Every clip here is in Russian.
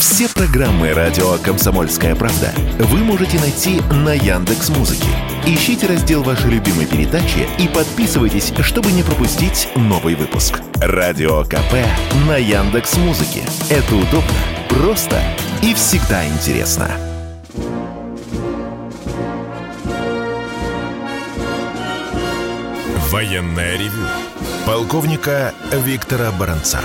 Все программы радио «Комсомольская правда» вы можете найти на Яндекс.Музыке. Ищите раздел вашей любимой передачи и подписывайтесь, чтобы не пропустить новый выпуск. Радио КП на Яндекс.Музыке. Это удобно, просто и всегда интересно. Военное ревю полковника Виктора Баранца.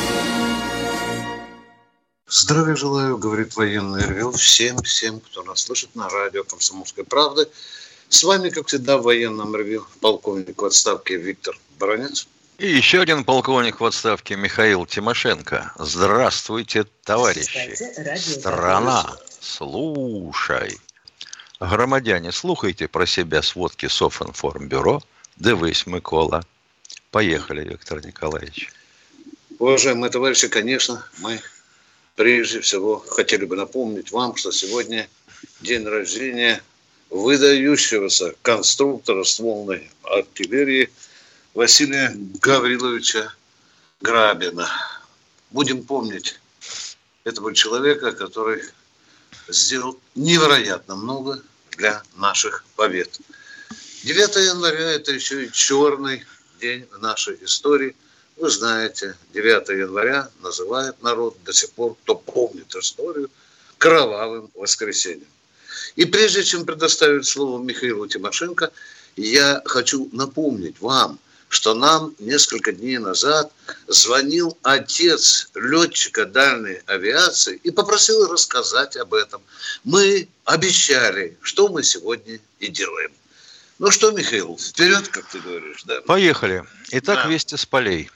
Здравия желаю, говорит военное ревю всем, кто нас слышит на радио «Комсомольская правда». С вами, как всегда, в военном ревю полковник в отставке Виктор Баранец. И еще один полковник в отставке Михаил Тимошенко. Здравствуйте, товарищи. Страна, слушай. Громадяне, слухайте про себя сводки Софинформбюро. Дивись, Микола. Поехали, Виктор Николаевич. Уважаемые товарищи, конечно, мы прежде всего хотели бы напомнить вам, что сегодня день рождения выдающегося конструктора ствольной артиллерии Василия Гавриловича Грабина. Будем помнить этого человека, который сделал невероятно много для наших побед. 9 января – это еще и черный день в нашей истории. Вы знаете, 9 января называет народ до сих пор, кто помнит историю, кровавым воскресеньем. И прежде чем предоставить слово Михаилу Тимошенко, я хочу напомнить вам, что нам несколько дней назад звонил отец летчика дальней авиации и попросил рассказать об этом. Мы обещали, что мы сегодня и делаем. Ну что, Михаил, вперед, как ты говоришь, да? Поехали. Итак, вести с полей.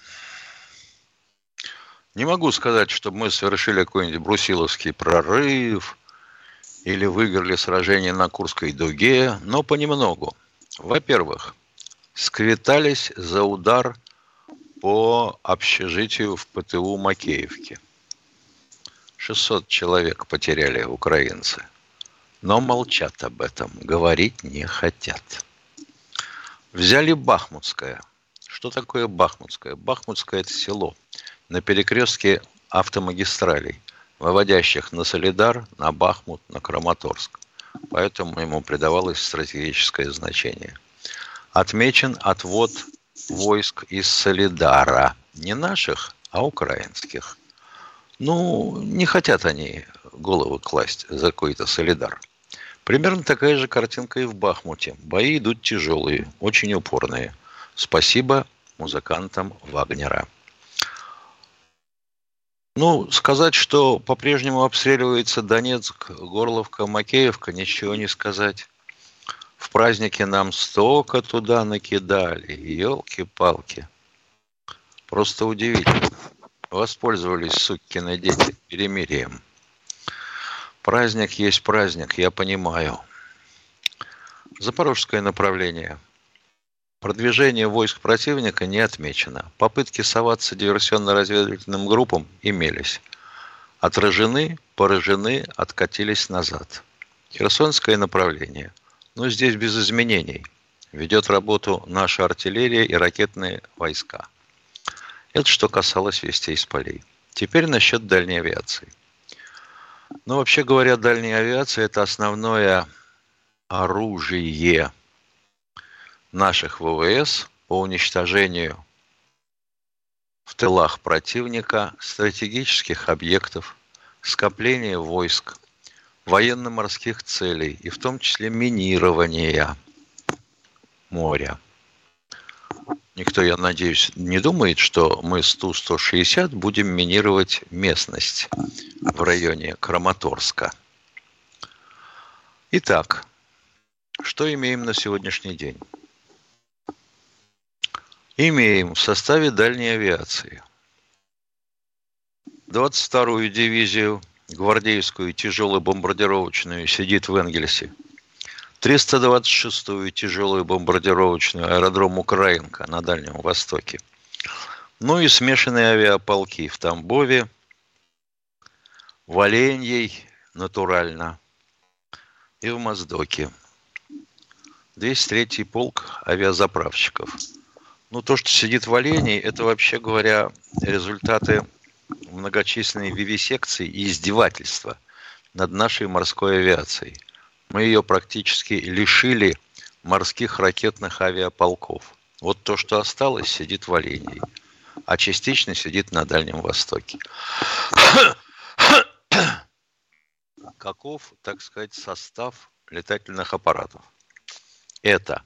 Не могу сказать, чтобы мы совершили какой-нибудь брусиловский прорыв или выиграли сражение на Курской дуге, но понемногу. Во-первых, сквитались за удар по общежитию в ПТУ Макеевке. 600 человек потеряли украинцы, но молчат об этом, говорить не хотят. Взяли Бахмутское. Что такое Бахмутское? Бахмутское – это село на перекрестке автомагистралей, выводящих на Солидар, на Бахмут, на Краматорск. Поэтому ему придавалось стратегическое значение. Отмечен отвод войск из Солидара. Не наших, а украинских. Ну, не хотят они головы класть за какой-то Солидар. Примерно такая же картинка и в Бахмуте. Бои идут тяжелые, очень упорные. Спасибо музыкантам Вагнера. Ну, сказать, что по-прежнему обстреливается Донецк, Горловка, Макеевка, ничего не сказать. В празднике нам столько туда накидали. Ёлки-палки. Просто удивительно. Воспользовались сукины дети перемирием. Праздник есть праздник, я понимаю. Запорожское направление. Продвижение войск противника не отмечено. Попытки соваться диверсионно-разведывательным группам имелись. Отражены, поражены, откатились назад. Херсонское направление. Но здесь без изменений. Ведет работу наша артиллерия и ракетные войска. Это что касалось вестей с полей. Теперь насчет дальней авиации. Ну, вообще говоря, дальняя авиация – это основное оружие наших ВВС по уничтожению в тылах противника стратегических объектов, скопления войск, военно-морских целей и в том числе минирования моря. Никто, я надеюсь, не думает, что мы с Ту-160 будем минировать местность в районе Краматорска. Итак, что имеем на сегодняшний день? Имеем в составе дальней авиации 22-ю дивизию, гвардейскую тяжелую бомбардировочную, сидит в Энгельсе. 326-ю тяжелую бомбардировочную, аэродром Украинка на Дальнем Востоке. Ну и смешанные авиаполки в Тамбове, в Оленьей, натурально, и в Моздоке. 203-й полк авиазаправщиков. Ну, то, что сидит в Оленей, это, вообще говоря, результаты многочисленные вивисекции и издевательства над нашей морской авиацией. Мы ее практически лишили морских ракетных авиаполков. Вот то, что осталось, сидит в Оленьей, а частично сидит на Дальнем Востоке. Каков, так сказать, состав летательных аппаратов? Это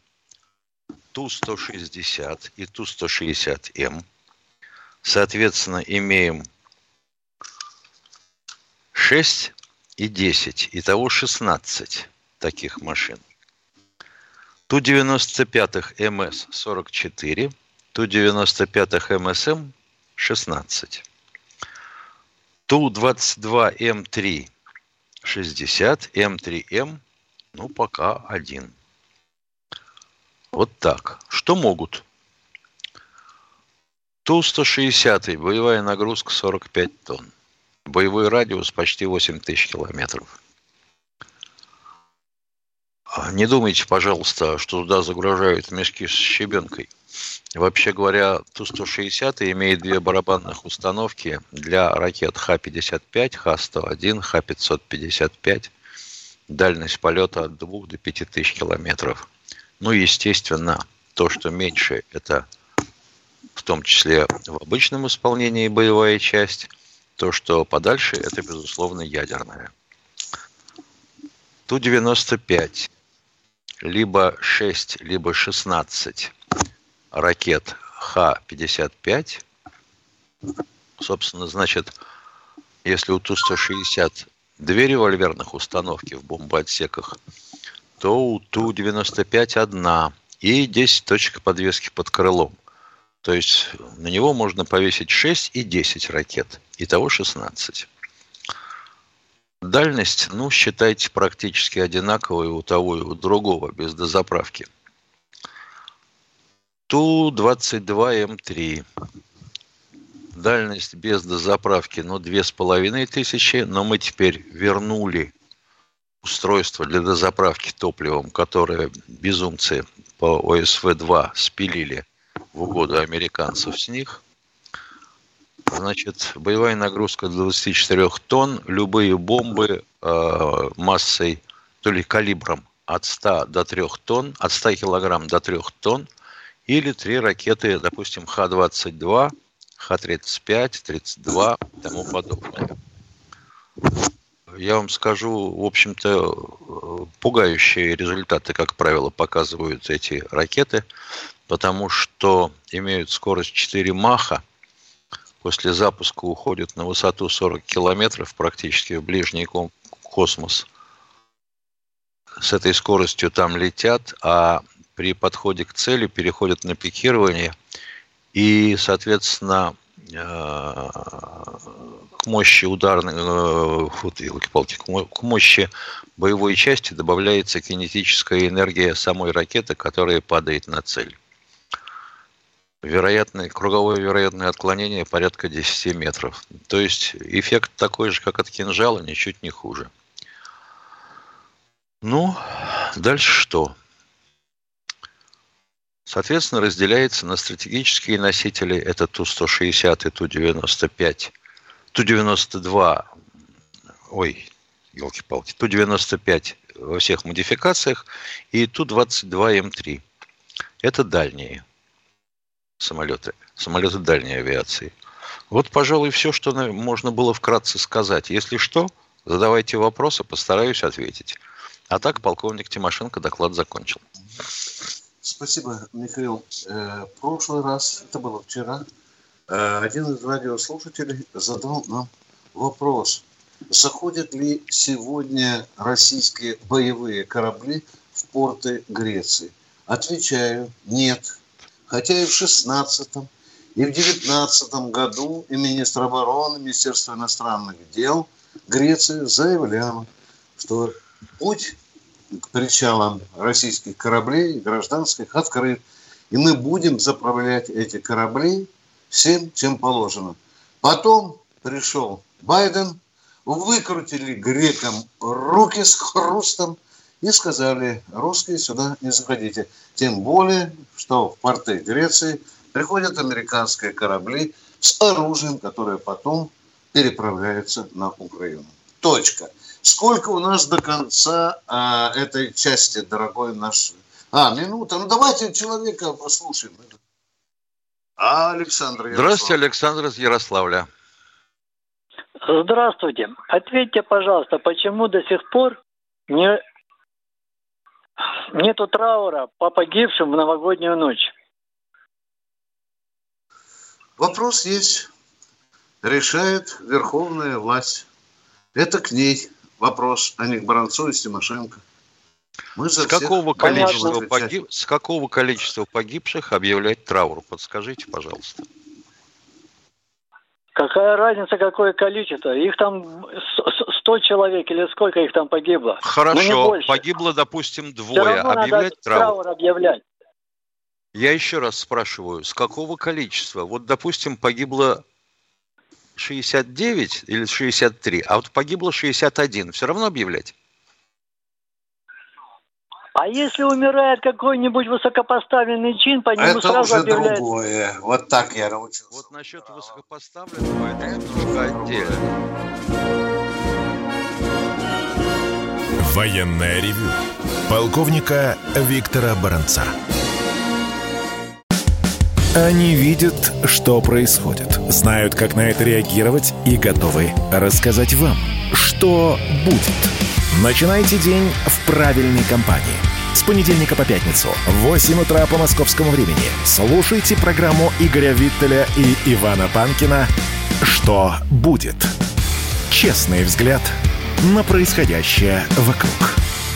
Ту-160 и Ту-160М. Соответственно, имеем 6 и 10. Итого 16 таких машин. Ту-95 МС-44, Ту-95 МСМ 16. Ту-22 М3 60, М3М, ну, пока 1. Вот так. Что могут? Ту-160, боевая нагрузка 45 тонн. Боевой радиус почти 8000 километров. Не думайте, пожалуйста, что туда загружают мешки с щебенкой. Вообще говоря, Ту-160 имеет две барабанных установки для ракет Х-55, Х-101, Х-555. Дальность полета от 2 до 5000 километров. Ну, естественно, то, что меньше, это в том числе в обычном исполнении боевая часть. То, что подальше, это, безусловно, ядерная. Ту-95, либо 6, либо 16 ракет Х-55. Собственно, значит, если у Ту-160 две револьверных установки в бомбоотсеках, то у Ту-95 одна и 10 точек подвески под крылом. То есть на него можно повесить 6 и 10 ракет. Итого 16. Дальность, ну, считайте, практически одинаковая у того и у другого, без дозаправки. Ту-22М3. Дальность без дозаправки, ну, 2500, но мы теперь вернули устройство для дозаправки топливом, которое безумцы по ОСВ-2 спилили в угоду американцев с них. Значит, боевая нагрузка до 24 тонн, любые бомбы массой, то ли калибром от 100 до 3 тонн, от 100 килограмм до 3 тонн, или 3 ракеты, допустим, Х-22, Х-35, 32 и тому подобное. Я вам скажу, в общем-то, пугающие результаты, как правило, показывают эти ракеты, потому что имеют скорость 4 маха, после запуска уходят на высоту 40 километров, практически в ближний космос. С этой скоростью там летят, а при подходе к цели переходят на пикирование и, соответственно, к мощи ударной, к мощи боевой части добавляется кинетическая энергия самой ракеты, которая падает на цель. Круговое вероятное отклонение порядка 10 метров. То есть эффект такой же, как от кинжала, ничуть не хуже. Ну, дальше что? Соответственно, разделяется на стратегические носители. Это Ту-160 и Ту-95. Ту-92, елки-палки, Ту-95 во всех модификациях и Ту-22М3. Это дальние самолеты дальней авиации. Вот, пожалуй, все, что можно было вкратце сказать. Если что, задавайте вопросы, постараюсь ответить. А так, полковник Тимошенко доклад закончил. Спасибо, Михаил. В прошлый раз, это было вчера, один из радиослушателей задал нам вопрос. Заходят ли сегодня российские боевые корабли в порты Греции? Отвечаю, нет. Хотя и в 16-м, и в 19-м году и министр обороны, Министерство иностранных дел Греции заявляло, что путь к причалам российских кораблей, гражданских, открыт. И мы будем заправлять эти корабли всем, чем положено. Потом пришел Байден, выкрутили грекам руки с хрустом и сказали, русские сюда не заходите. Тем более, что в порты Греции приходят американские корабли с оружием, которое потом переправляются на Украину. Точка. Сколько у нас до конца этой части, дорогой наш... минута. Давайте человека послушаем. Александр Ярославль. Здравствуйте, Александр из Ярославля. Здравствуйте. Ответьте, пожалуйста, почему до сих пор нету траура по погибшим в новогоднюю ночь? Вопрос есть. Решает верховная власть. Это к ней вопрос, а не к Баранцу и Тимошенко. С какого количества погибших объявлять траур? Подскажите, пожалуйста. Какая разница, какое количество? Их там 100 человек или сколько их там погибло? Хорошо, погибло, допустим, 2. Объявлять траур? Объявлять. Я еще раз спрашиваю, с какого количества? Вот, допустим, погибло 69 или 63, а вот погибло 61. Все равно объявлять? А если умирает какой-нибудь высокопоставленный чин, по нему сразу объявляют... Это уже другое. Вот так я научился. Вот насчет высокопоставленного, это немножко отдельно. Военное ревю полковника Виктора Баранца. Они видят, что происходит, знают, как на это реагировать и готовы рассказать вам, что будет. Начинайте день в правильной компании. С понедельника по пятницу в 8 утра по московскому времени слушайте программу Игоря Виттеля и Ивана Панкина «Что будет?». Честный взгляд на происходящее вокруг.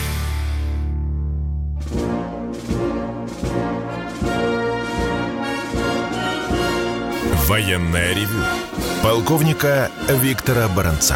Военное ревю полковника Виктора Баранца.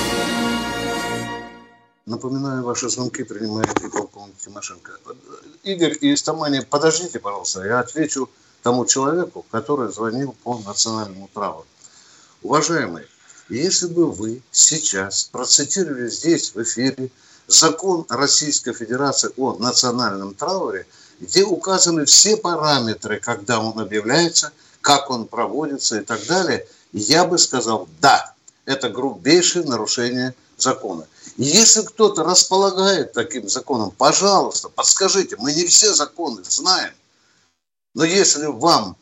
Напоминаю, ваши звонки принимает и полковник Тимошенко. Игорь из Тамани, подождите, пожалуйста, я отвечу тому человеку, который звонил по национальному трауру. Уважаемый, если бы вы сейчас процитировали здесь, в эфире, закон Российской Федерации о национальном трауре, где указаны все параметры, когда он объявляется, как он проводится и так далее, я бы сказал, да, это грубейшее нарушение закона. И если кто-то располагает таким законом, пожалуйста, подскажите, мы не все законы знаем, но если вам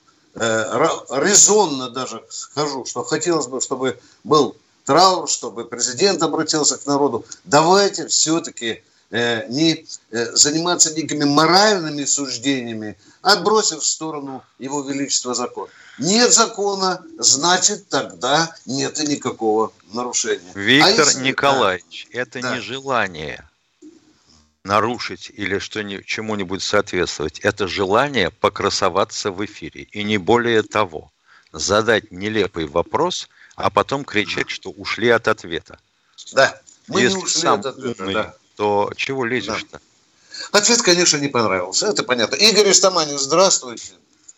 резонно даже скажу, что хотелось бы, чтобы был траур, чтобы президент обратился к народу, давайте все-таки не заниматься некими моральными суждениями, отбросив в сторону его величества закон. Нет закона, значит, тогда нет и никакого нарушения. Виктор Николаевич, это не желание нарушить или чему-нибудь соответствовать. Это желание покрасоваться в эфире. И не более того. Задать нелепый вопрос, а потом кричать, что ушли от ответа. Да, мы Если не ушли сам от ответа, умный, да. то чего лезешь-то? Да. Ответ, конечно, не понравился. Это понятно. Игорь из Тамани, здравствуйте.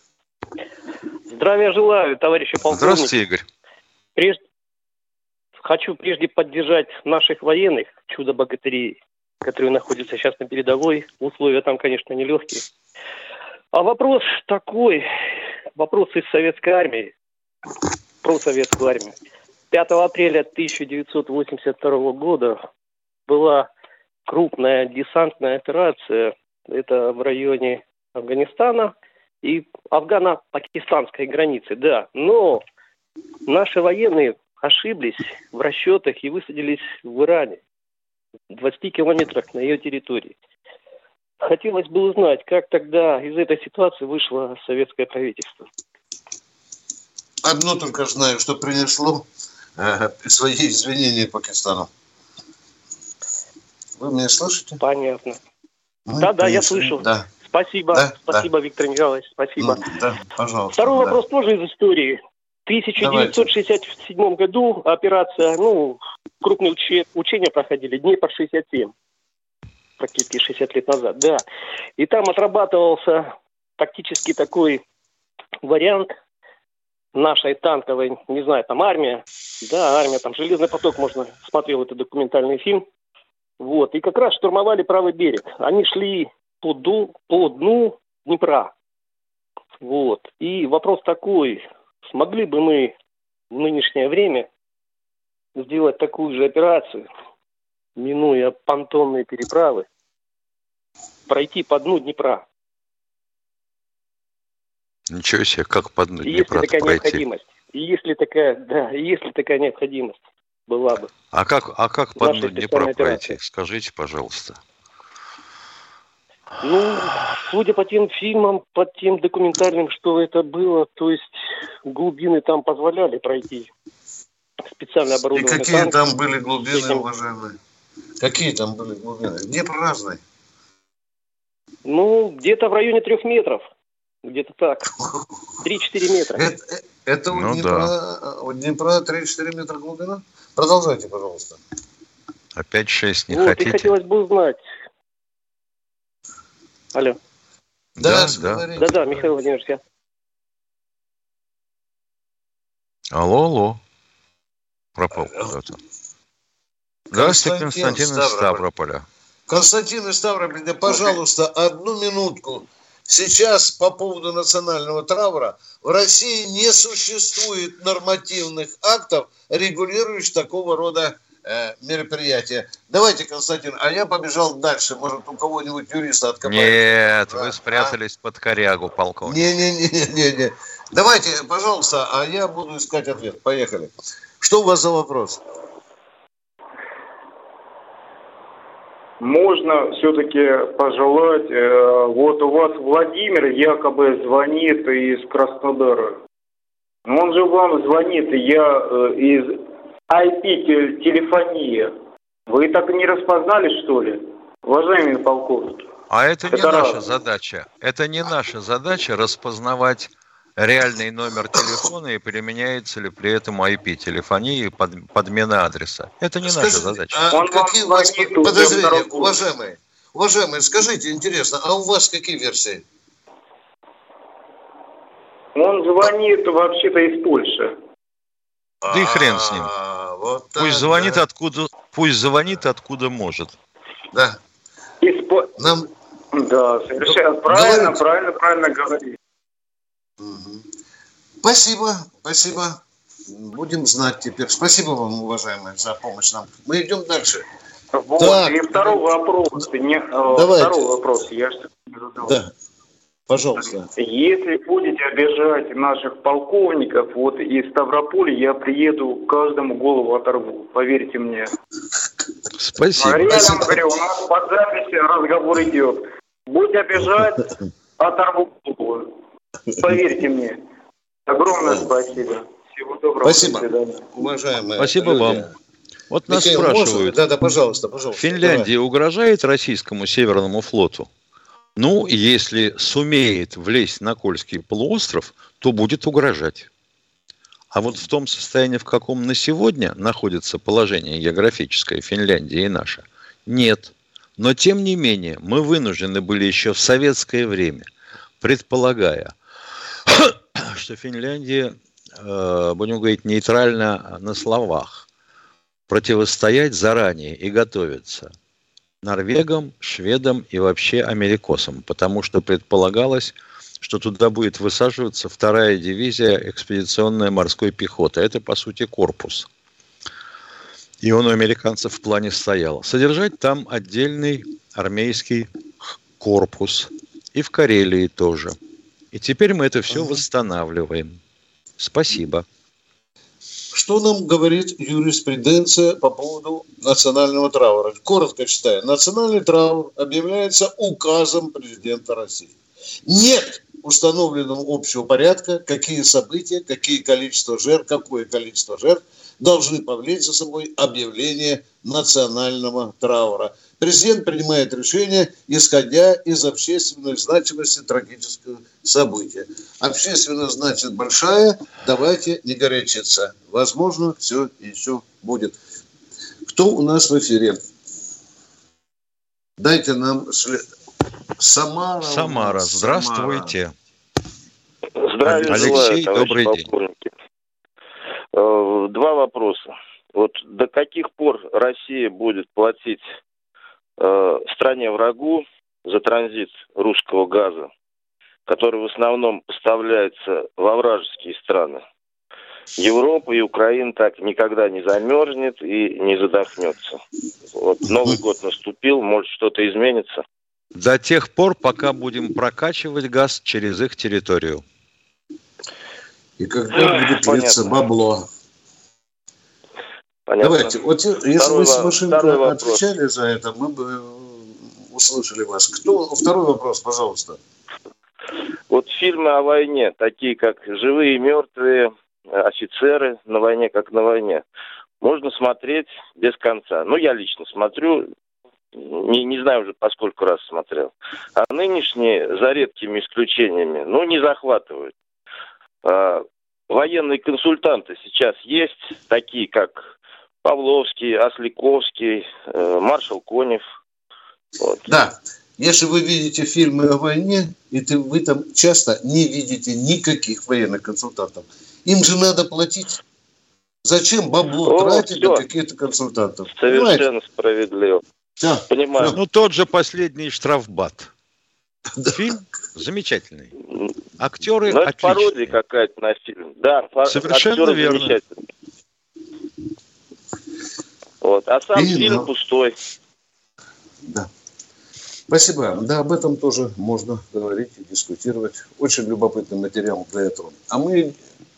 Здравия желаю, товарищи полковники. Здравствуйте, Игорь. Хочу прежде поддержать наших военных, чудо-богатырей, которые находятся сейчас на передовой. Условия там, конечно, нелегкие. А вопрос такой, вопрос из советской армии, про советскую армию. 5 апреля 1982 года была крупная десантная операция, это в районе Афганистана и афгано-пакистанской границы, да. Но наши военные ошиблись в расчетах и высадились в Иране, в 20 километрах на ее территории. Хотелось бы узнать, как тогда из этой ситуации вышло советское правительство. Одно только знаю, что принесло свои извинения Пакистану. Вы меня слышите? Понятно. Да, я слышу. Да. Спасибо, спасибо, Виктор Николаевич, спасибо. Да, пожалуйста. Второй вопрос тоже из истории. В 1967 году операция, крупные учения проходили, Днепр-67, практически 60 лет назад, да. И там отрабатывался тактически такой вариант нашей танковой, не знаю, там армия, там «Железный поток», можно, смотрел этот документальный фильм. Вот, и как раз штурмовали правый берег. Они шли по дну Днепра. Вот. И вопрос такой, смогли бы мы в нынешнее время сделать такую же операцию, минуя понтонные переправы, пройти по дну Днепра. Ничего себе, как по дну Если Днепра такая пройти. необходимость. Если такая необходимость была бы. А как по Нашей дну Днепра специальной пройти? операции. Скажите, пожалуйста. Ну, судя по тем фильмам, по тем документальным, что это было, то есть глубины там позволяли пройти. Специально И оборудованные какие танки. там были глубины, Этим- уважаемые? Какие там были глубины? Днепр разный. Ну, где-то в районе 3 метров. Где-то так. 3-4 метра. Это Ну у Днепра 3-4 метра глубина? Продолжайте, пожалуйста. Опять 6 не Вот, и хотите? хотелось бы узнать. Алло. Да. говорите. Да, Михаил Владимирович, я. Алло. Пропал куда-то. Здравствуйте, Константин из Ставрополя. Константин из Ставрополя, пожалуйста, одну минутку. Сейчас по поводу национального траура в России не существует нормативных актов, регулирующих такого рода мероприятия. Давайте, Константин, а я побежал дальше. Может, у кого-нибудь юриста откопать? Нет, вы спрятались под корягу, полковник. Не. Давайте, пожалуйста, а я буду искать ответ. Поехали. Что у вас за вопрос? Можно все-таки пожелать, вот у вас Владимир якобы звонит из Краснодара. Он же вам звонит, из IP-телефонии. Вы так и не распознали, что ли, уважаемые полковники? А это не Это наша раз. задача. Это не наша задача распознавать реальный номер телефона и применяется ли при этом IP-телефонии и подмена адреса. Это не наша задача. Он какие у вам вас звонит уже подозрения, второй год. уважаемые, скажите, интересно, а у вас какие версии? Он звонит вообще-то из Польши. Да и хрен с ним. Вот так, Пусть звонит да. откуда может. Да. Нам... Да, совершенно правильно говорите. Спасибо. Будем знать теперь. Спасибо вам, уважаемые, за помощь нам. Мы идем дальше. Вот, Так. и второй вопрос. Давайте. Второй вопрос. Я же не задал. Да, пожалуйста. Если будете обижать наших полковников, вот из Ставрополя я приеду, каждому голову оторву. Поверьте мне. Спасибо. Реально говорю, у нас по записи разговор идет. Будете обижать, оторву голову. Поверьте мне. Огромное спасибо. Всего доброго. Спасибо, До свидания. уважаемые. Спасибо люди. вам. Вот нас Михаил, спрашивают, можно? Да, пожалуйста. Финляндия угрожает российскому Северному флоту? Ну, если сумеет влезть на Кольский полуостров, то будет угрожать. А вот в том состоянии, в каком на сегодня находится положение географическое Финляндии и наше, нет. Но, тем не менее, мы вынуждены были еще в советское время, предполагая, что Финляндия, будем говорить, нейтральна на словах, противостоять заранее и готовиться норвегам, шведам и вообще америкосам, потому что предполагалось, что туда будет высаживаться 2-я дивизия экспедиционной морской пехоты. Это, по сути, корпус. И он у американцев в плане стоял. Содержать там отдельный армейский корпус. И в Карелии тоже. И теперь мы это все восстанавливаем. Спасибо. Что нам говорит юриспруденция по поводу национального траура? Коротко читаю. Национальный траур объявляется указом президента России. Нет установленного общего порядка, какие события, какое количество жертв должны повлечь за собой объявление национального траура. Президент принимает решение, исходя из общественной значимости трагического события. Общественность, значит, большая, давайте не горячиться. Возможно, все еще будет. Кто у нас в эфире? Дайте нам... Самара, здравствуйте. Здравия Алексей, желаю, добрый день. полковники. Два вопроса. Вот до каких пор Россия будет платить стране врагу за транзит русского газа, который в основном поставляется во вражеские страны? Европа и Украина так никогда не замерзнет и не задохнется. Вот Новый год наступил, может что-то изменится. До тех пор, пока будем прокачивать газ через их территорию. И когда будет литься бабло. Понятно. Давайте, вот если вы с Машенко отвечали за это, мы бы услышали вас. Второй вопрос, пожалуйста. Вот фильмы о войне, такие как «Живые и мертвые», «Офицеры на войне, как на войне», можно смотреть без конца. Ну, я лично смотрю, не знаю уже по сколько раз смотрел. А нынешние, за редкими исключениями, не захватывают. Военные консультанты сейчас есть, такие как Павловский, Осляковский, маршал Конев. Вот. Да, если вы видите фильмы о войне, вы там часто не видите никаких военных консультантов. Им же надо платить. Зачем бабло тратить на каких-то консультантов? Совершенно Понимаете? Справедливо. Все. Понимаю. Тот же «Последний штрафбат». Фильм замечательный. Актеры это отличные. Пародия какая-то на фильм. Да, совершенно верно. Вот. А сам фильм пустой. Да. Спасибо. Да, об этом тоже можно говорить и дискутировать. Очень любопытный материал для этого. А мы...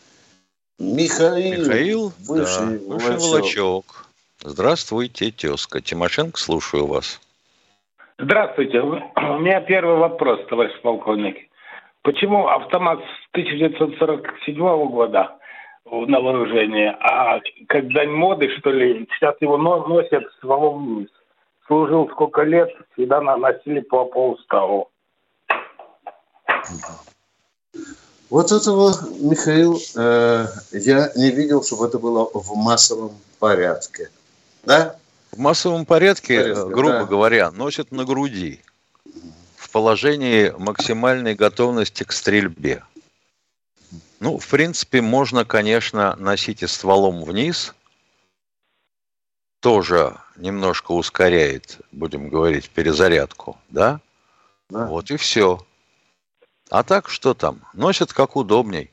Михаил, бывший Волочек. Здравствуйте, тезка. Тимошенко, слушаю вас. Здравствуйте. У меня первый вопрос, товарищ полковник. Почему автомат с 1947 года на вооружении, а как дань моды, что ли, сейчас его носят стволом вниз? Служил сколько лет, всегда носили по уставу. Вот этого, Михаил, я не видел, чтобы это было в массовом порядке. Да? В массовом порядке, грубо говоря, носят на груди в положении максимальной готовности к стрельбе. В принципе, можно, конечно, носить и стволом вниз. Тоже немножко ускоряет, будем говорить, перезарядку, да? Вот и все. А так, что там? Nосят как удобней.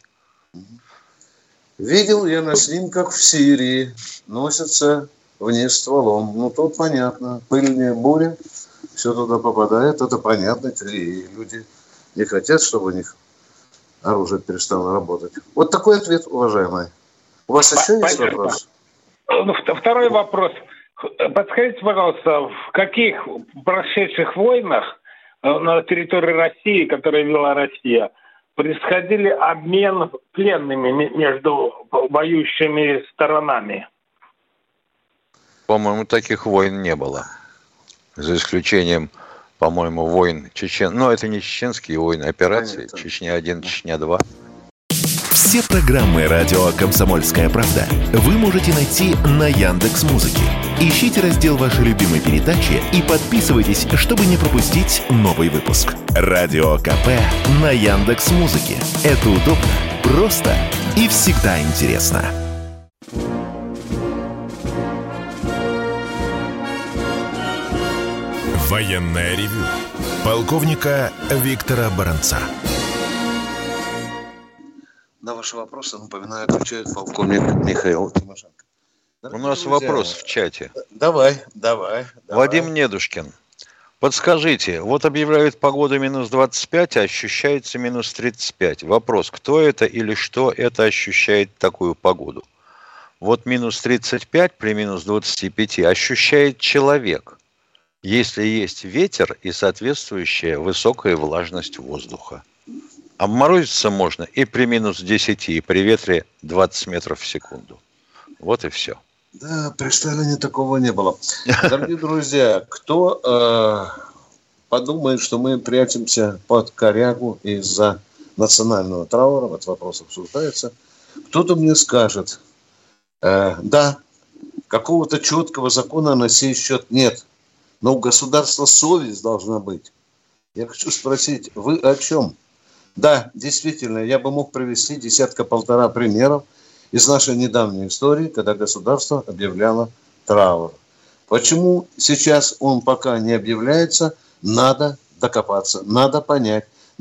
Видел я на снимках в Сирии. Носятся вниз стволом. Тут понятно. Пыльная буря. Все туда попадает. Это понятно. И люди не хотят, чтобы у них оружие перестало работать. Вот такой ответ, уважаемый. У вас еще есть вопрос? Второй вопрос. Подскажите, пожалуйста, в каких прошедших войнах на территории России, которые вела Россия, происходили обмен пленными между воюющими сторонами? По-моему, таких войн не было. За исключением, по-моему, войн Чечен. Это не чеченские войны, операции. Чечня-1, Чечня-2. Все программы радио «Комсомольская правда» вы можете найти на Яндекс.Музыке. Ищите раздел вашей любимой передачи и подписывайтесь, чтобы не пропустить новый выпуск. Радио КП на Яндекс.Музыке. Это удобно, просто и всегда интересно. Военное ревю полковника Виктора Баранца. На ваши вопросы, напоминаю, отвечает полковник Михаил Тимошенко. У нас вопрос в чате. Давай. Вадим Недушкин. Подскажите, вот объявляют погоду минус 25, а ощущается минус 35. Вопрос, кто это или что это ощущает такую погоду? Вот минус 35 при минус 25 ощущает человек, если есть ветер и соответствующая высокая влажность воздуха. Обморозиться можно и при минус 10, и при ветре 20 метров в секунду. Вот и все. Да, при Сталине такого не было. Дорогие друзья, кто подумает, что мы прячемся под корягу из-за национального траура, этот вопрос обсуждается, кто-то мне скажет, да, какого-то четкого закона на сей счет нет, но у государства совесть должна быть. Я хочу спросить, вы о чем? Да, действительно, я бы мог привести 10-1.5 примеров из нашей недавней истории, когда государство объявляло траур. Почему сейчас он пока не объявляется, надо докопаться, надо понять,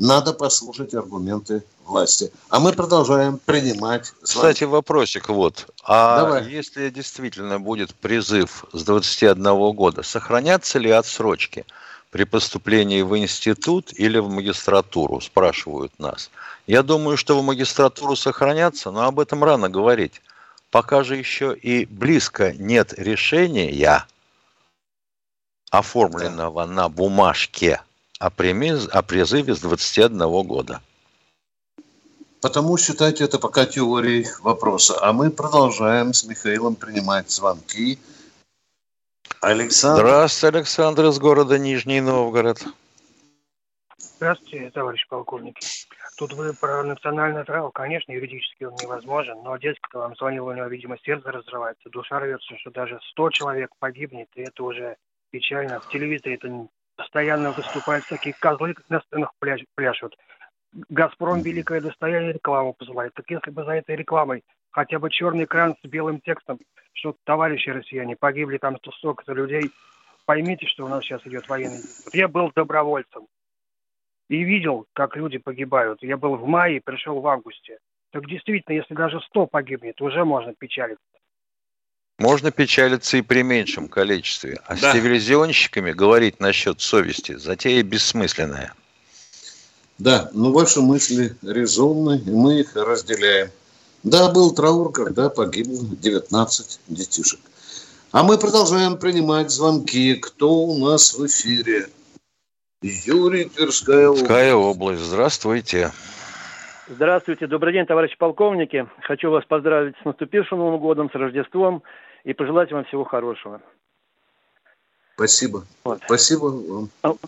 надо послушать аргументы власти. А мы продолжаем принимать звонки. Кстати, вопросик вот. А Давай. если действительно будет призыв с 21 года, сохранятся ли отсрочки при поступлении в институт или в магистратуру, спрашивают нас. Я думаю, что в магистратуру сохранятся, но об этом рано говорить. Пока же еще и близко нет решения, оформленного на бумажке, о призыве с 21 года. Потому считайте это пока теорией вопроса. А мы продолжаем с Михаилом принимать звонки. Александр. Здравствуйте, Александр из города Нижний Новгород. Здравствуйте, товарищ полковник. Тут вы про национальное право. Конечно, юридически он невозможен, но дядька вам звонил, у него, видимо, сердце разрывается, душа рвется, что даже 100 человек погибнет, и это уже печально. В телевизоре это постоянно выступают такие козлы, на сценах пляшут. «Газпром» великое достояние, рекламу посылает. Так если бы за этой рекламой хотя бы черный экран с белым текстом, что товарищи россияне, погибли там столько-то людей, поймите, что у нас сейчас идет военный. Я был добровольцем и видел, как люди погибают. Я был в мае, пришел в августе. Так действительно, если даже 100 погибнет, уже можно печалиться. Можно печалиться и при меньшем количестве. А с телевизионщиками говорить насчет совести затея бессмысленная. Да, но ваши мысли резонны, и мы их разделяем. Да, был траур, когда погибло 19 детишек. А мы продолжаем принимать звонки. Кто у нас в эфире? Юрий, Тверская область. Тверская область. Здравствуйте. Здравствуйте. Добрый день, товарищи полковники. Хочу вас поздравить с наступившим Новым годом, с Рождеством и пожелать вам всего хорошего. Спасибо. Вот. Спасибо вам.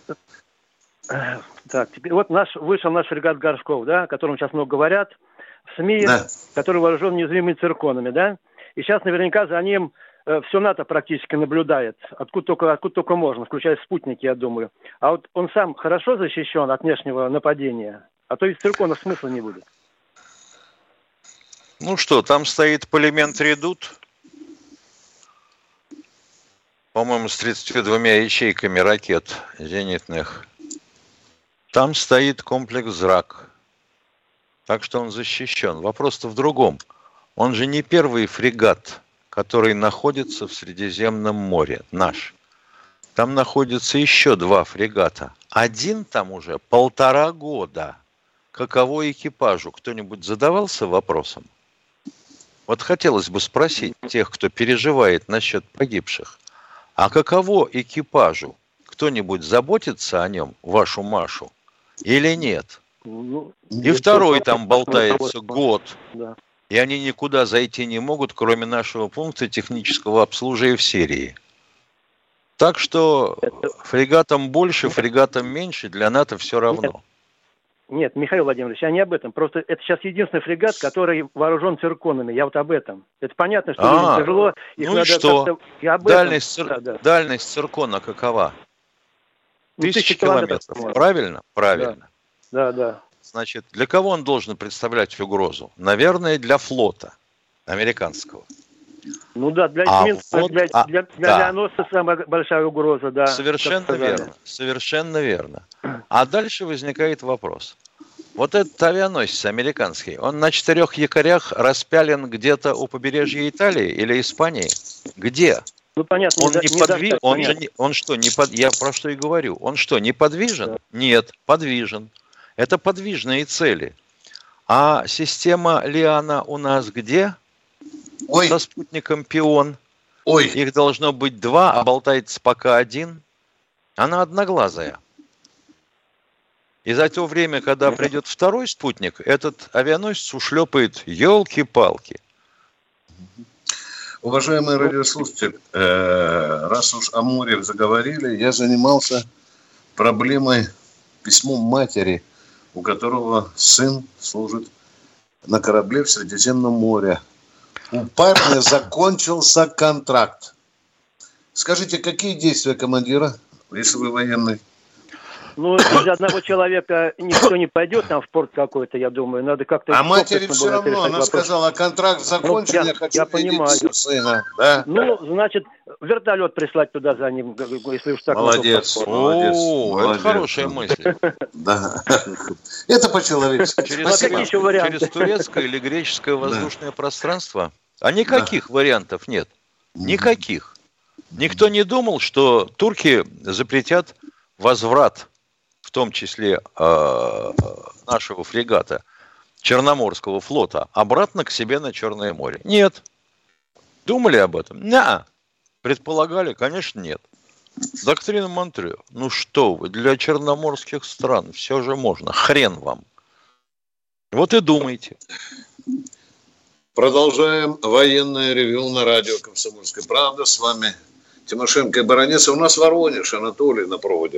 Так, теперь вот вышел наш фрегат «Горшков», да, о котором сейчас много говорят в СМИ, да, который вооружен неуязвимыми цирконами, да, и сейчас наверняка за ним все НАТО практически наблюдает, откуда только можно, включая спутники, я думаю. А вот он сам хорошо защищен от внешнего нападения, а то ведь цирконов смысла не будет. Ну что, там стоит полимент «Редут», по-моему, с 32 ячейками ракет зенитных. Там стоит комплекс «Зрак». Так что он защищен. Вопрос-то в другом. Он же не первый фрегат, который находится в Средиземном море, наш. Там находятся еще 2 фрегата. Один там уже 1,5 года. Каково экипажу? Кто-нибудь задавался вопросом? Вот хотелось бы спросить тех, кто переживает насчет погибших. А каково экипажу? Кто-нибудь заботится о нем, вашу Машу? Или нет? И второй там болтается год. Да. И они никуда зайти не могут, кроме нашего пункта технического обслуживания в Сирии. Так что фрегатам больше, фрегатам меньше, для НАТО все равно. Нет, Михаил Владимирович, я не об этом. Просто это сейчас единственный фрегат, который вооружен цирконами. Я вот об этом. Это понятно, что людям тяжело. Их ну и что? Дальность циркона какова? 1000 километров. Правильно? Правильно. Да. Значит, для кого он должен представлять угрозу? Наверное, для флота американского. Ну да, для авианосца самая большая угроза, да. Совершенно верно. А дальше возникает вопрос. Вот этот авианосец американский, он на 4 якорях распялен где-то у побережья Италии или Испании? Где? Ну, понятно. Он не подвижен? Он что, не под... Я про что и говорю. Он что, неподвижен? Да. Нет, подвижен. Это подвижные цели. А система Лиана у нас где? Со спутником Пион. Их должно быть 2, а болтается пока 1. Она одноглазая. И за то время, когда придет второй спутник, этот авианосец ушлепает елки-палки. Уважаемые радиослушатели, раз уж о море заговорили, я занимался проблемой письмом матери, у которого сын служит на корабле в Средиземном море. У парня закончился контракт. Скажите, какие действия командира, если вы военный? Ну, из одного человека никто не пойдет там в порт какой-то, я думаю. Надо как-то... А матери все равно, она сказала, контракт закончен, я хочу видеть сына. Да? Ну, значит, вертолет прислать туда за ним, если уж так... Молодец, молодец. Это хорошая мысль. Да. Это по-человечески. Через турецкое или греческое воздушное пространство? А никаких вариантов нет. Никаких. Никто не думал, что турки запретят возврат, в том числе нашего фрегата, Черноморского флота, обратно к себе на Черное море. Нет. Думали об этом? Нет. Предполагали? Конечно, нет. Доктрина Монтрё. Ну что вы, для черноморских стран все же можно. Хрен вам. Вот и думайте. Продолжаем военное ревью на радио «Комсомольская правда». С вами Тимошенко и Баранец. У нас Воронеж, Анатолий на проводе.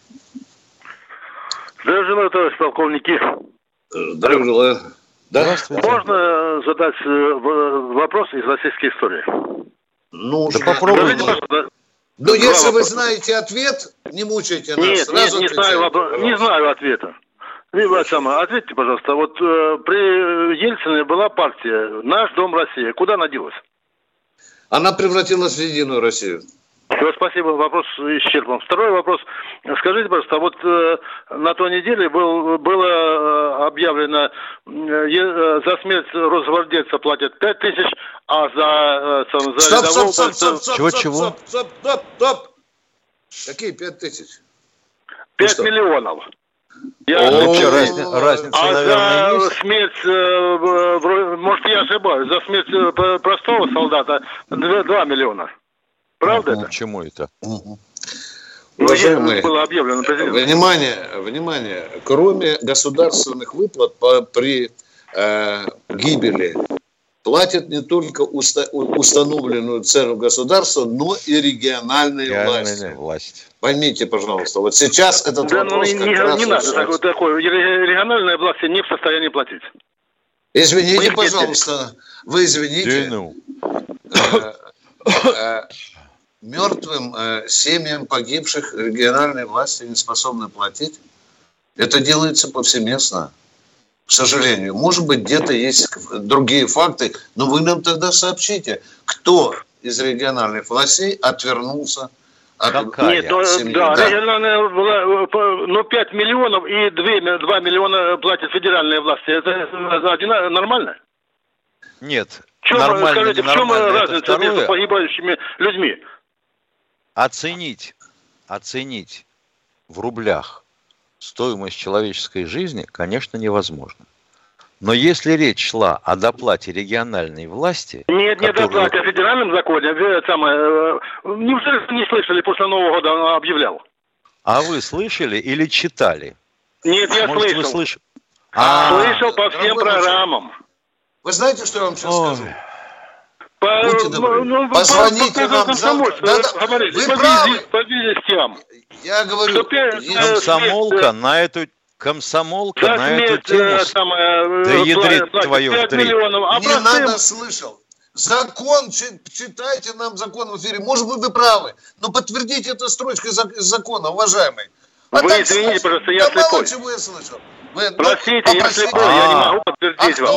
Здравия желаю, товарищ полковники. Здравия желаю. Да? Можно задать вопрос из российской истории? Ну, да попробуйте. Ну, если вы знаете ответ, не мучайте нас. Нет, не знаю ответа. Ответьте, пожалуйста, вот при Ельцине была партия «Наш дом Россия». Куда она делась? Она превратилась в Единую Россию. Все, спасибо, вопрос исчерпан. Второй вопрос. Скажите, пожалуйста, вот на той неделе было объявлено, за смерть росгвардейца платят 5 тысяч, а за рядового... Стоп. Какие 5 тысяч? 5 миллионов. Разница, наверное, за есть. Смерть, может, я ошибаюсь, за смерть простого солдата 2 миллиона. Правда это? Почему это? Уважаемые, было объявлено президентом. Внимание, кроме государственных выплат при гибели, платят не только установленную цену государства, но и региональные власти. Поймите, пожалуйста, вот сейчас этот вопрос не надо такое. Региональные власти не в состоянии платить. Извините, пожалуйста, вы извините. Мертвым семьям погибших региональные власти не способны платить. Это делается повсеместно, к сожалению. Может быть, где-то есть другие факты, но вы нам тогда сообщите, кто из региональных властей отвернулся от семьи. Региональная власть, 5 миллионов и 2 миллиона платят федеральные власти. Это нормально? Нет. Нормально, скажите, в чем разница между погибающими людьми? Оценить в рублях стоимость человеческой жизни, конечно, невозможно. Но если речь шла о доплате региональной власти... Нет, не доплате, о федеральном законе. Неужели вы не слышали, после Нового года он объявлял? А вы слышали или читали? Нет, я слышал. Слышал по всем программам. Вы знаете, что я вам сейчас скажу? Будьте добры. Позвоните нам завтра. Вы правы. Я говорю, комсомолка на эту тему. Да ядрит твою вдрит. Не надо, слышал. Закон, читайте нам закон в эфире. Может быть, вы правы, но подтвердите это строчкой из закона, уважаемый. Вы извините, пожалуйста, я слепой. Мало чего я слышал. Простите, я слепой, я не могу подтвердить вам.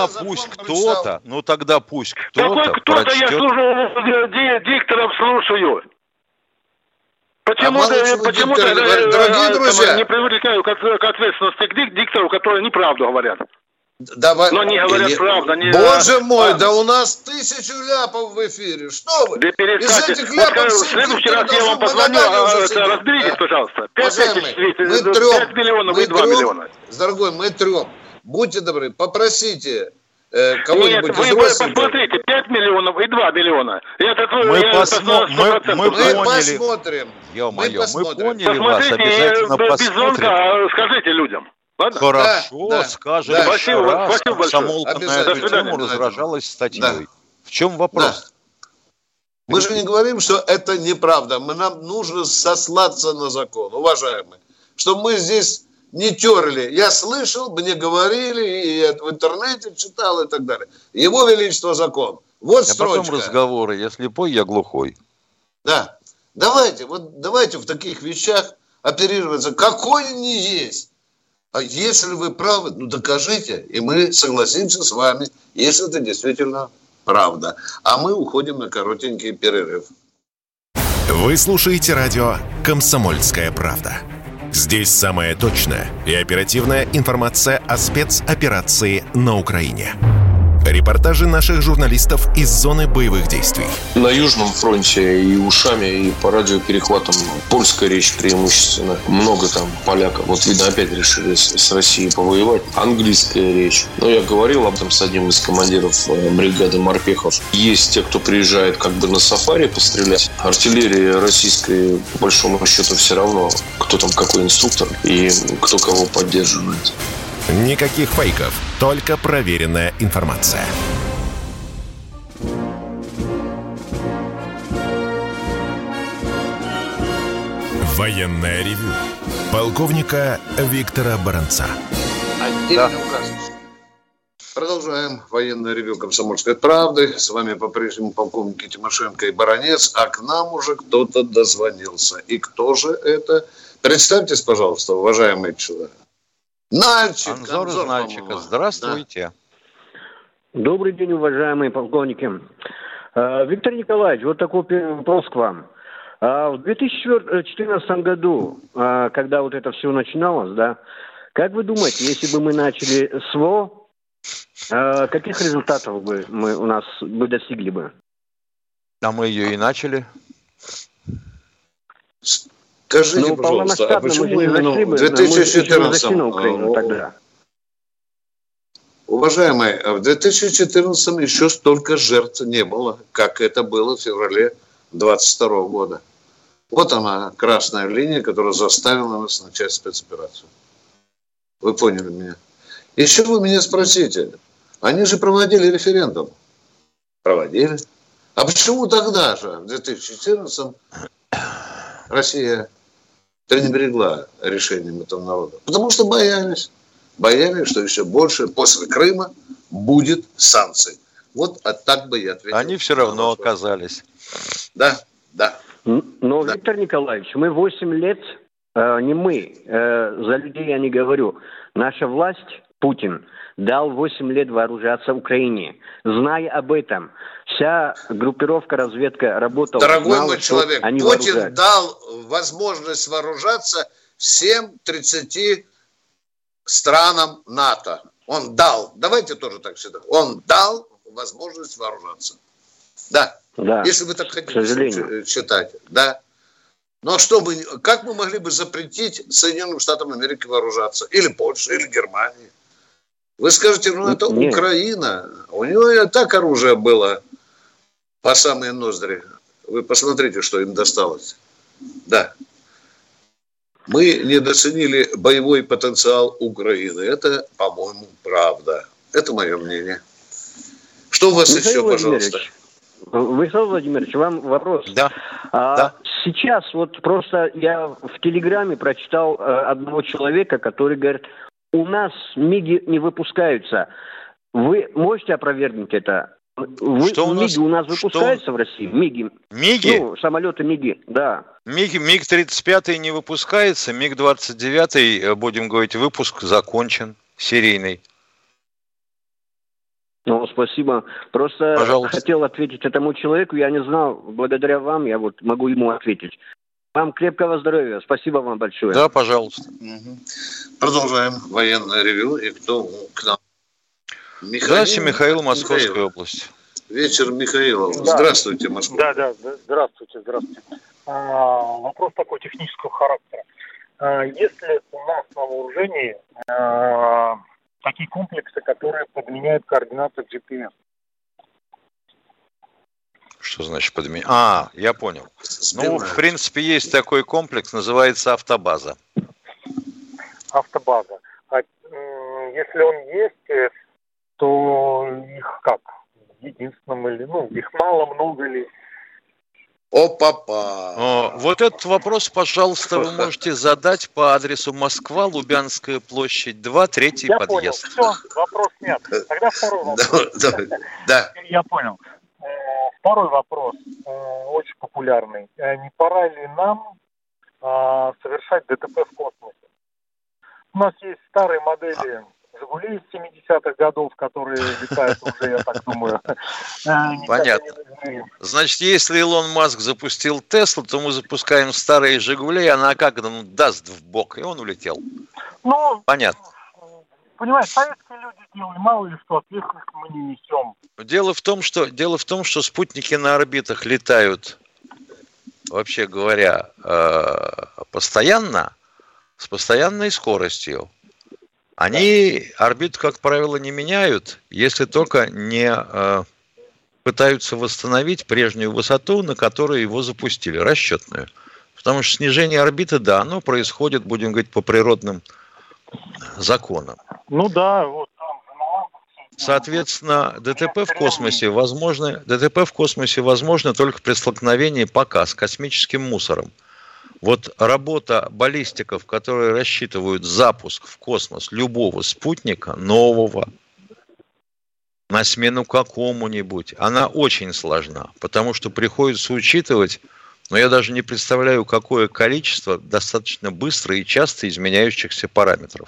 Тогда пусть кто-то Какой кто-то, я слушаю, дикторов слушаю. Почему дорогие друзья, не привлекаю к ответственности к диктору, которые неправду говорят? Давай. Но не говорят правду. Боже мой, да у нас 1000 ляпов в эфире. Что вы? Да перестаньте. В следующий раз я вам позвоню, разберитесь, пожалуйста. 5 миллионов и 2 миллиона. Дорогой, мы 3. Будьте добры, попросите кого-нибудь из родственников. Нет, вы посмотрите, 5 миллионов и 2 миллиона. Мы посмотрим. Мы поняли вас, обязательно посмотрим. Скажите людям. Ладно? Хорошо, скажем. Спасибо большое. Комсомолка на эту тему разражалась статьей. В чем вопрос? Мы же не говорим, что это неправда. Нам нужно сослаться на закон, уважаемые. Что мы здесь не терли. Я слышал, мне говорили, и я в интернете читал и так далее. Его Величество закон. Вот строчка. Потом разговоры. Я слепой, я глухой. Да. Давайте в таких вещах оперироваться. Какой не есть. А если вы правы, ну докажите, и мы согласимся с вами, если это действительно правда. А мы уходим на коротенький перерыв. Вы слушаете радио «Комсомольская правда». Здесь самая точная и оперативная информация о спецоперации на Украине. Репортажи наших журналистов из зоны боевых действий. На Южном фронте и ушами, и по радиоперехватам польская речь преимущественно. Много там поляков. Вот, видно, опять решили с Россией повоевать. Английская речь. Но я говорил об этом с одним из командиров бригады морпехов. Есть те, кто приезжает как бы на сафари пострелять. Артиллерии российской, по большому счету, все равно, кто там какой инструктор и кто кого поддерживает. Никаких фейков, только проверенная информация. Военное ревю полковника Виктора Баранца. Отдельный указ. Продолжаем военное ревю «Комсомольской правды». С вами по-прежнему полковники Тимошенко и Баранец. А к нам уже кто-то дозвонился. И кто же это? Представьтесь, пожалуйста, уважаемый человек. Нальчик. Анзор из Нальчика. Здравствуйте. Добрый день, уважаемые полковники. Виктор Николаевич, вот такой вопрос к вам. В 2014 году, когда вот это все начиналось, да, как вы думаете, если бы мы начали СВО, каких результатов бы мы у нас бы достигли бы? А мы ее и начали. Скажите, пожалуйста, а почему именно в 2014 на Украину тогда? Уважаемые, в 2014 еще столько жертв не было, как это было в феврале 2022 года. Вот она, красная линия, которая заставила нас начать спецоперацию. Вы поняли меня? Еще вы меня спросите, они же проводили референдум. Проводили. А почему тогда же, в 2014 Россия пренебрегла решением этого народа? Потому что боялись. Боялись, что еще больше после Крыма будет санкций. Вот так бы я ответил. Они все равно оказались. Да, да. Но, да. Виктор Николаевич, мы 8 лет, не мы, за людей я не говорю, наша власть, Путин, дал 8 лет вооружаться Украине. Зная об этом, вся группировка, разведка работала. Дорогой знала, мой человек, Путин дал возможность вооружаться всем 30 странам НАТО. Он дал, давайте тоже так считаем, он дал возможность вооружаться. Да, да, если вы так хотите считать. Да. Но что мы, как мы могли бы запретить Соединенным Штатам Америки вооружаться? Или Польше, или Германии? Вы скажете, ну это Нет. Украина. У него и так оружие было по самые ноздри. Вы посмотрите, что им досталось. Да. Мы недооценили боевой потенциал Украины. Это, по-моему, правда. Это мое мнение. Что у вас еще, пожалуйста? Михаил Владимирович, вам вопрос. Да. Да. Сейчас вот просто я в Телеграме прочитал одного человека, который говорит, у нас МИГи не выпускаются. Вы можете опровергнуть это? Что МИГи у нас выпускаются в России? МИГи? МИГи? Ну, самолеты МИГи, да. МиГ-35 не выпускается, МиГ-29, будем говорить, выпуск закончен, серийный. Ну, спасибо. Просто Пожалуйста. Хотел ответить этому человеку, я не знал, благодаря вам я вот могу ему ответить. Вам крепкого здоровья, спасибо вам большое. Да, пожалуйста. Угу. Продолжаем военное ревю. И кто к нам? Здравствуйте, Михаил, Московская область. Вечер, Михаилов. Да. Здравствуйте, Москва. Да, здравствуйте. Вопрос такой технического характера. Если у нас на вооружении такие комплексы, которые подменяют координаты GPS. Что значит подменять? Я понял. Ну, в принципе, есть такой комплекс, называется автобаза. Автобаза. А если он есть, то их как? Единственным или, их мало, много ли? Опа-па! Вот этот вопрос, пожалуйста, вы можете задать по адресу Москва, Лубянская площадь, 2, 3 Я подъезд. Понял. Все, вопрос нет. Тогда второй вопрос. Да. Я понял. Второй вопрос, очень популярный. Не пора ли нам совершать ДТП в космосе. У нас есть старые модели «Жигули» из 70-х годов, которые летают уже, я так думаю. Понятно. Значит, если Илон Маск запустил Теслу, то мы запускаем старые «Жигули», и она как даст в бок, и он улетел. Ну, понятно. Понимаешь, советские люди делали, мало ли что, ответственность мы не несем. Дело в том, что спутники на орбитах летают, вообще говоря, постоянно, с постоянной скоростью. Они орбиту, как правило, не меняют, если только не пытаются восстановить прежнюю высоту, на которую его запустили, расчетную. Потому что снижение орбиты, да, оно происходит, будем говорить, по природным законам. Ну да, вот там. Соответственно, ДТП в космосе возможно только при столкновении пока с космическим мусором. Вот работа баллистиков, которые рассчитывают запуск в космос любого спутника, нового, на смену какому-нибудь, она очень сложна, потому что приходится учитывать, но я даже не представляю, какое количество достаточно быстро и часто изменяющихся параметров.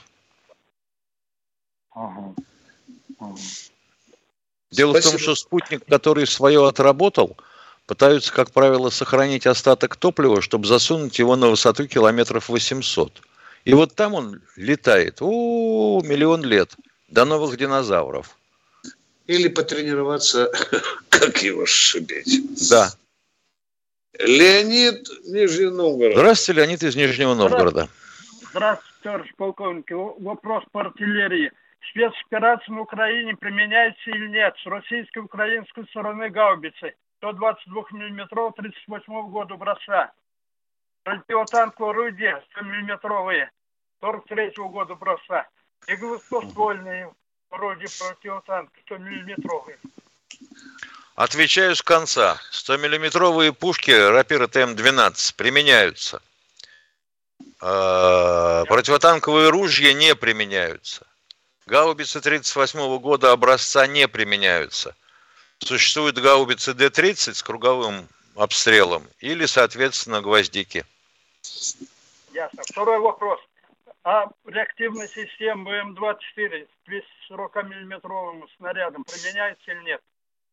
Дело в том, что спутник, который свое отработал, пытаются, как правило, сохранить остаток топлива, чтобы засунуть его на высоту километров 800. И вот там он летает, миллион лет, до новых динозавров. Или потренироваться, как его сшибить. Да. Леонид, Нижний Новгород. Здравствуйте, Леонид из Нижнего Новгорода. Здравствуйте, товарищ полковник. Вопрос по артиллерии. Спецоперация на Украине применяется или нет? С российской и украинской стороны гаубицы 122-мм 38 года образца. Противотанковые орудия 100-мм 43 года образца. И гладкоствольные орудия противотанка 100-мм. Отвечаю с конца. 100-миллиметровые пушки рапира ТМ-12 применяются. Противотанковые ружья не применяются. Гаубицы 1938 года образца не применяются. Существуют гаубицы Д-30 с круговым обстрелом или, соответственно, гвоздики. Ясно. Второй вопрос. А реактивная система ММ-24 с 240-миллиметровым снарядом применяется или нет?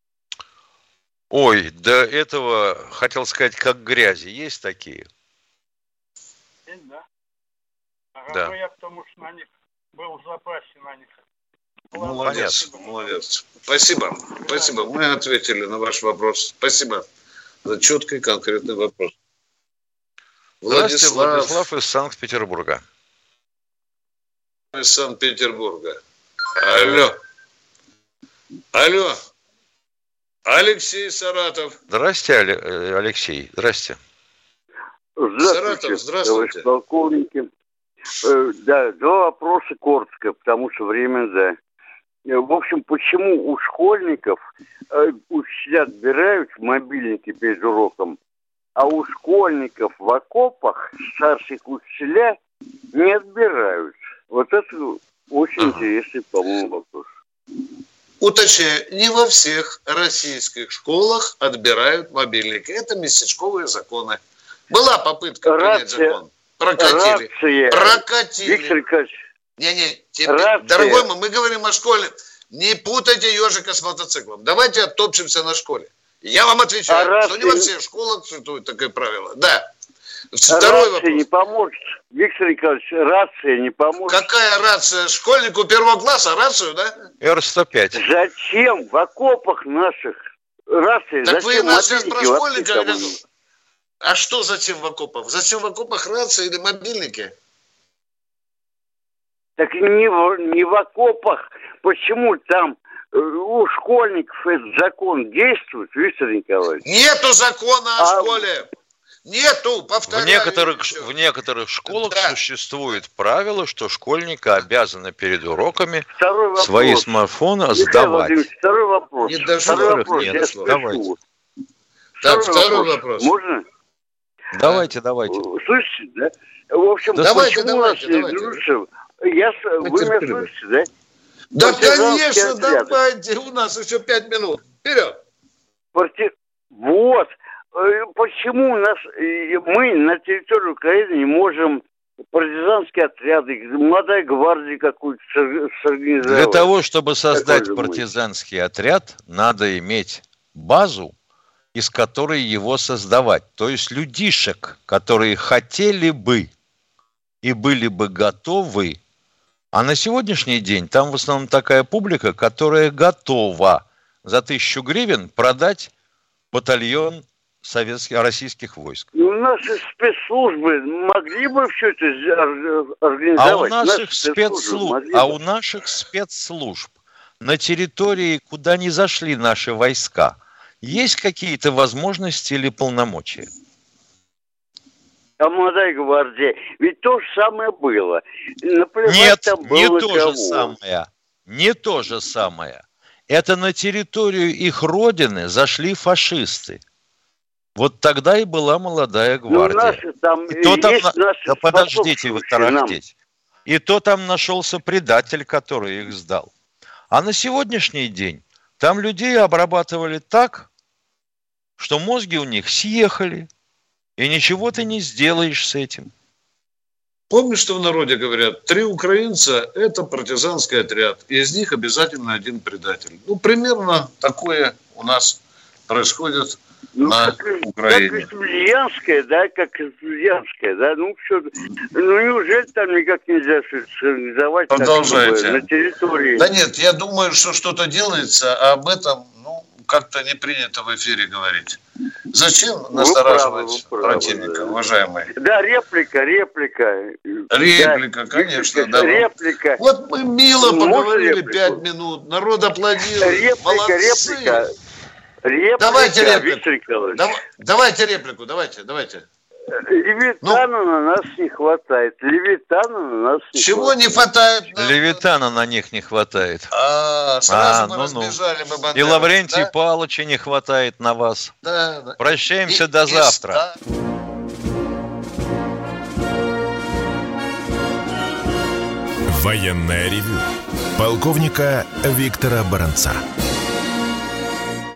Ой, до этого, хотел сказать, как грязи. Есть такие? Есть, да? Да. Ну, я потому что на них был в запасе на них. Молодец, молодец. Спасибо. Спасибо. Мы ответили на ваш вопрос. Спасибо за четкий, конкретный вопрос. Здравствуйте, Владислав из Санкт-Петербурга. Из Санкт-Петербурга. Алло. Алло. Алексей, Саратов. Здравствуйте, Алексей. Здравствуйте. Саратов, здравствуйте. Полковники. Да, два вопроса коротко, потому что время, да. В общем, почему у школьников учителя отбирают мобильники перед уроком, а у школьников в окопах старших учителя не отбирают? Вот это очень интересный, по-моему, вопрос. Уточняю, не во всех российских школах отбирают мобильники. Это местечковые законы. Была попытка принять закон. Прокатили. Виктор Николаевич. Дорогой мой, мы говорим о школе. Не путайте ежика с мотоциклом. Давайте оттопчемся на школе. Я вам отвечаю, что не во всех школах существует такое правило. Да. Второй вопрос. Не поможет. Виктор Николаевич, рация не поможет. Какая рация? Школьнику первого класса рацию, да? Р-105. Зачем в окопах наших рации? Так зачем вы нас сейчас про школьника... А что зачем в окопах? Зачем в окопах рации или мобильники? Так не в окопах. Почему там у школьников этот закон действует, Виктор Николаевич? Нету закона о школе. Нету, повторяю. В некоторых школах существует правило, что школьники обязаны перед уроками свои смартфоны сдавать. Второй вопрос. Второй вопрос. Второй вопрос. Можно? Давайте. Слышите, да? В общем, давайте. Вы меня слышите, да? Да, конечно, давайте. У нас еще 5 минут. Вперед. Вот. почему мы на территории Украины не можем партизанские отряды, молодая гвардия какую-то сорганизовать? Для того, чтобы создать партизанский отряд, надо иметь базу, из которой его создавать. То есть людишек, которые хотели бы и были бы готовы. А на сегодняшний день там в основном такая публика, которая готова за 1000 гривен продать батальон российских войск. Наши спецслужбы могли бы все это организовать? У наших спецслужб на территории, куда не зашли наши войска, есть какие-то возможности или полномочия? А молодая гвардия, ведь то же самое было. Нет, не то же самое. Не то же самое. Это на территорию их родины зашли фашисты. Вот тогда и была молодая гвардия. Да подождите вы тарахтеть. И то там нашелся предатель, который их сдал. А на сегодняшний день там людей обрабатывали так, что мозги у них съехали, и ничего ты не сделаешь с этим. Помнишь, что в народе говорят, 3 украинца – это партизанский отряд, и из них обязательно 1 предатель. Примерно такое у нас происходит на Украине. Как Ульяновская, да, да, неужели там никак нельзя организовать на территории? Да нет, я думаю, что что-то делается, а об этом, как-то не принято в эфире говорить. Зачем настораживать противника, уважаемые? Да, реплика. Реплика, конечно, да. Реплика. Вот мы мило поговорили 5 минут, народ аплодирует. Реплика. Давайте реплику. Давайте реплику, давайте. Левитана на нас не хватает. Чего не хватает? Левитана на них не хватает. Сразу мы разбежали бы Бандеру. И Лаврентия Павловича не хватает на вас. Да. Прощаемся до завтра. Военное ревю полковника Виктора Баранца.